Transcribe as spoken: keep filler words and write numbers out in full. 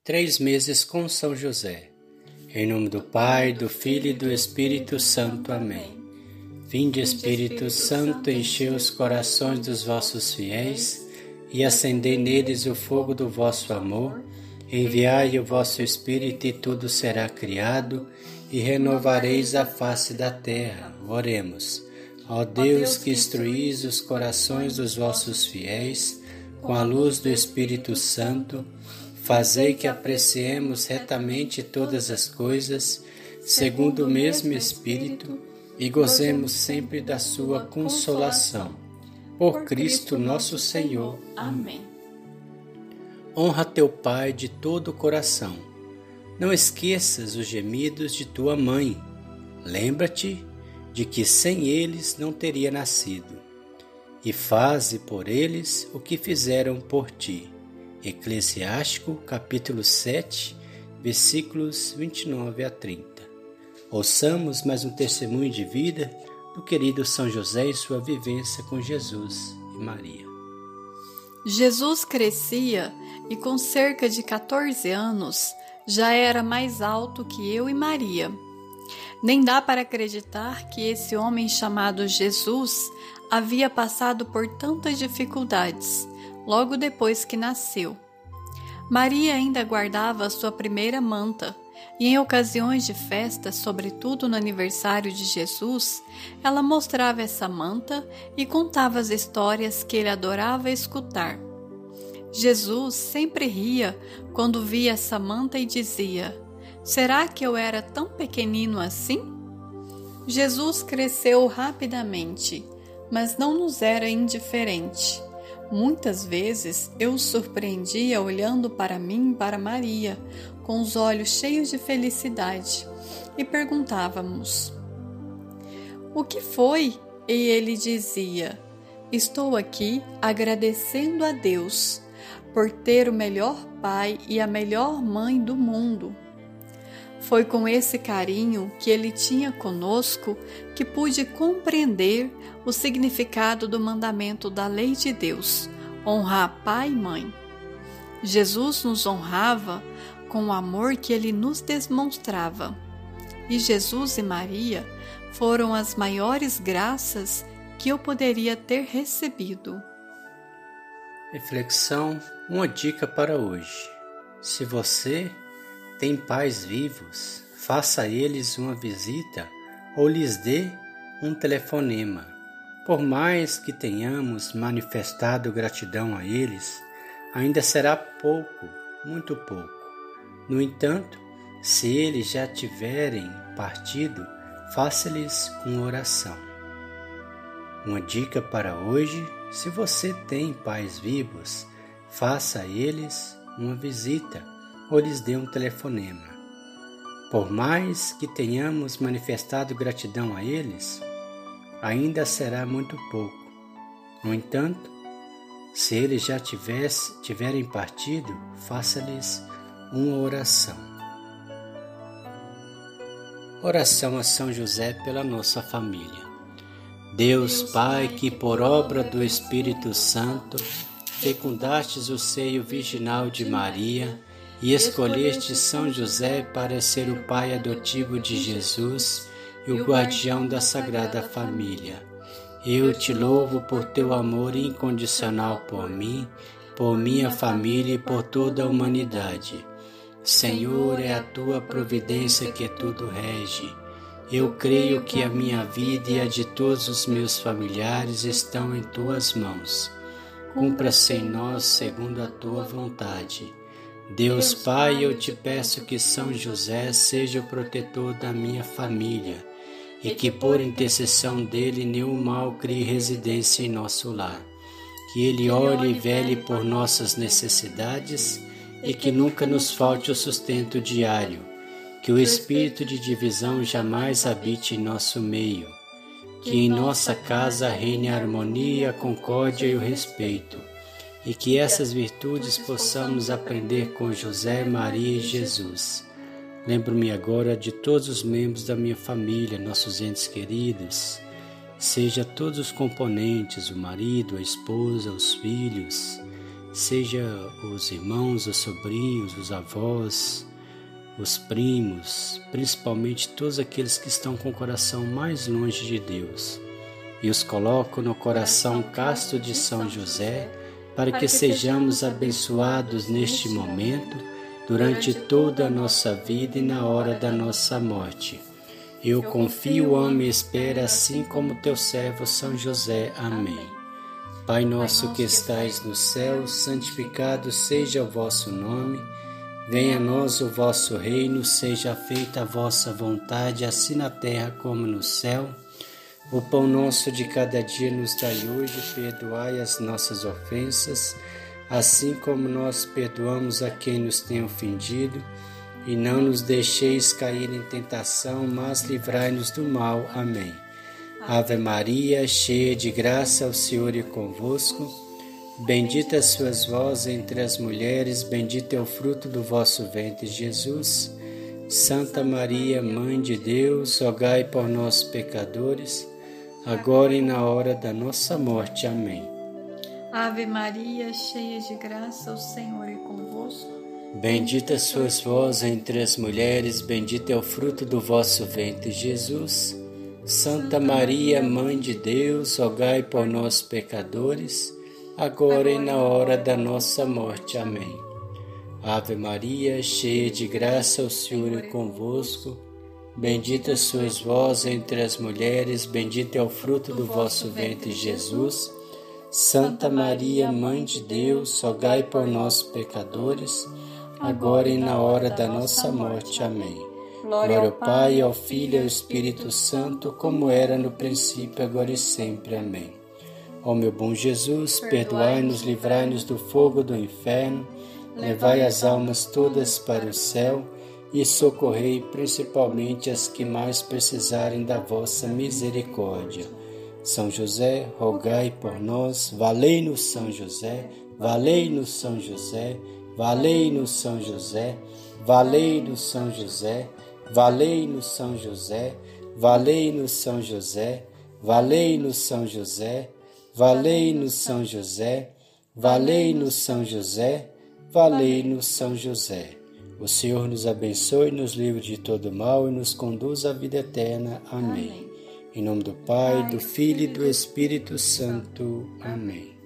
Três meses com São José. Em nome do Pai, do Filho e do Espírito Santo. Amém. Vinde, Espírito Santo, enchei os corações dos vossos fiéis e acendei neles o fogo do vosso amor. Enviai o vosso Espírito e tudo será criado e renovareis a face da terra. Oremos. Ó Deus, que instruís os corações dos vossos fiéis com a luz do Espírito Santo, fazei que apreciemos retamente todas as coisas, segundo o mesmo Espírito, e gozemos sempre da sua consolação. Por Cristo nosso Senhor. Amém. Honra teu Pai de todo o coração. Não esqueças os gemidos de tua mãe. Lembra-te de que sem eles não teria nascido. E faze por eles o que fizeram por ti. Eclesiástico, capítulo sete, versículos vinte e nove a trinta. Ouçamos mais um testemunho de vida do querido São José e sua vivência com Jesus e Maria. Jesus crescia e com cerca de quatorze anos já era mais alto que eu e Maria. Nem dá para acreditar que esse homem chamado Jesus havia passado por tantas dificuldades logo depois que nasceu. Maria ainda guardava a sua primeira manta, e em ocasiões de festa, sobretudo no aniversário de Jesus, ela mostrava essa manta e contava as histórias que ele adorava escutar. Jesus sempre ria quando via essa manta e dizia: será que eu era tão pequenino assim? Jesus cresceu rapidamente, mas não nos era indiferente. Muitas vezes eu o surpreendia olhando para mim e para Maria, com os olhos cheios de felicidade, e perguntávamos: o que foi? E ele dizia: estou aqui agradecendo a Deus por ter o melhor pai e a melhor mãe do mundo. Foi com esse carinho que ele tinha conosco que pude compreender o significado do mandamento da lei de Deus, honrar pai e mãe. Jesus nos honrava com o amor que ele nos demonstrava. E Jesus e Maria foram as maiores graças que eu poderia ter recebido. Reflexão, uma dica para hoje. Se você tem pais vivos, faça a eles uma visita ou lhes dê um telefonema. Por mais que tenhamos manifestado gratidão a eles, ainda será pouco, muito pouco. No entanto, se eles já tiverem partido, faça-lhes uma oração. Uma dica para hoje: se você tem pais vivos, faça a eles uma visita ou lhes dê um telefonema. Por mais que tenhamos manifestado gratidão a eles, ainda será muito pouco. No entanto, se eles já tivesse, tiverem partido, faça-lhes uma oração. Oração a São José pela nossa família. Deus Pai, que por obra do Espírito Santo fecundastes o seio virginal de Maria e escolheste São José para ser o pai adotivo de Jesus e o guardião da Sagrada Família. Eu te louvo por teu amor incondicional por mim, por minha família e por toda a humanidade. Senhor, é a tua providência que tudo rege. Eu creio que a minha vida e a de todos os meus familiares estão em tuas mãos. Cumpra-se em nós segundo a tua vontade. Deus Pai, eu te peço que São José seja o protetor da minha família e que por intercessão dele nenhum mal crie residência em nosso lar. Que ele olhe e vele por nossas necessidades e que nunca nos falte o sustento diário. Que o espírito de divisão jamais habite em nosso meio. Que em nossa casa reine a harmonia, a concórdia e o respeito. E que essas virtudes possamos aprender com José, Maria e Jesus. Lembro-me agora de todos os membros da minha família, nossos entes queridos, seja todos os componentes, o marido, a esposa, os filhos, seja os irmãos, os sobrinhos, os avós, os primos, principalmente todos aqueles que estão com o coração mais longe de Deus, e os coloco no coração casto de São José, para que sejamos abençoados neste momento, durante toda a nossa vida e na hora da nossa morte. Eu confio, amo e espero, assim como teu servo São José. Amém. Pai nosso que estais no céu, santificado seja o vosso nome. Venha a nós o vosso reino, seja feita a vossa vontade, assim na terra como no céu. O pão nosso de cada dia nos dai hoje, perdoai as nossas ofensas, assim como nós perdoamos a quem nos tem ofendido. E não nos deixeis cair em tentação, mas livrai-nos do mal. Amém. Ave Maria, cheia de graça, o Senhor é convosco. Bendita sois vós entre as mulheres, bendito é o fruto do vosso ventre, Jesus. Santa Maria, Mãe de Deus, rogai por nós, pecadores, agora e na hora da nossa morte. Amém. Ave Maria, cheia de graça, o Senhor é convosco. Bendita sois vós entre as mulheres, bendito é o fruto do vosso ventre, Jesus. Santa Maria, Mãe de Deus, rogai por nós, pecadores, agora e na hora da nossa morte. Amém. Ave Maria, cheia de graça, o Senhor é convosco. Bendita sois vós entre as mulheres, bendito é o fruto do vosso ventre, Jesus. Santa Maria, Mãe de Deus, rogai por nós, pecadores, agora e na hora da nossa morte. Amém. Glória ao Pai, ao Filho e ao Espírito Santo, como era no princípio, agora e sempre. Amém. Ó meu bom Jesus, perdoai-nos, livrai-nos do fogo do inferno, levai as almas todas para o céu e socorrei principalmente as que mais precisarem da vossa misericórdia. São José, rogai por nós. Valei-nos, São José, valei-nos, São José, valei-nos, São José, valei-nos, São José, valei-nos, São José, valei-nos, São José, valei-nos, São José, valei-nos, São José, valei-nos, São José, valei-nos, São José. O Senhor nos abençoe, nos livre de todo mal e nos conduz à vida eterna. Amém. Em nome do Pai, do Filho e do Espírito Santo. Amém.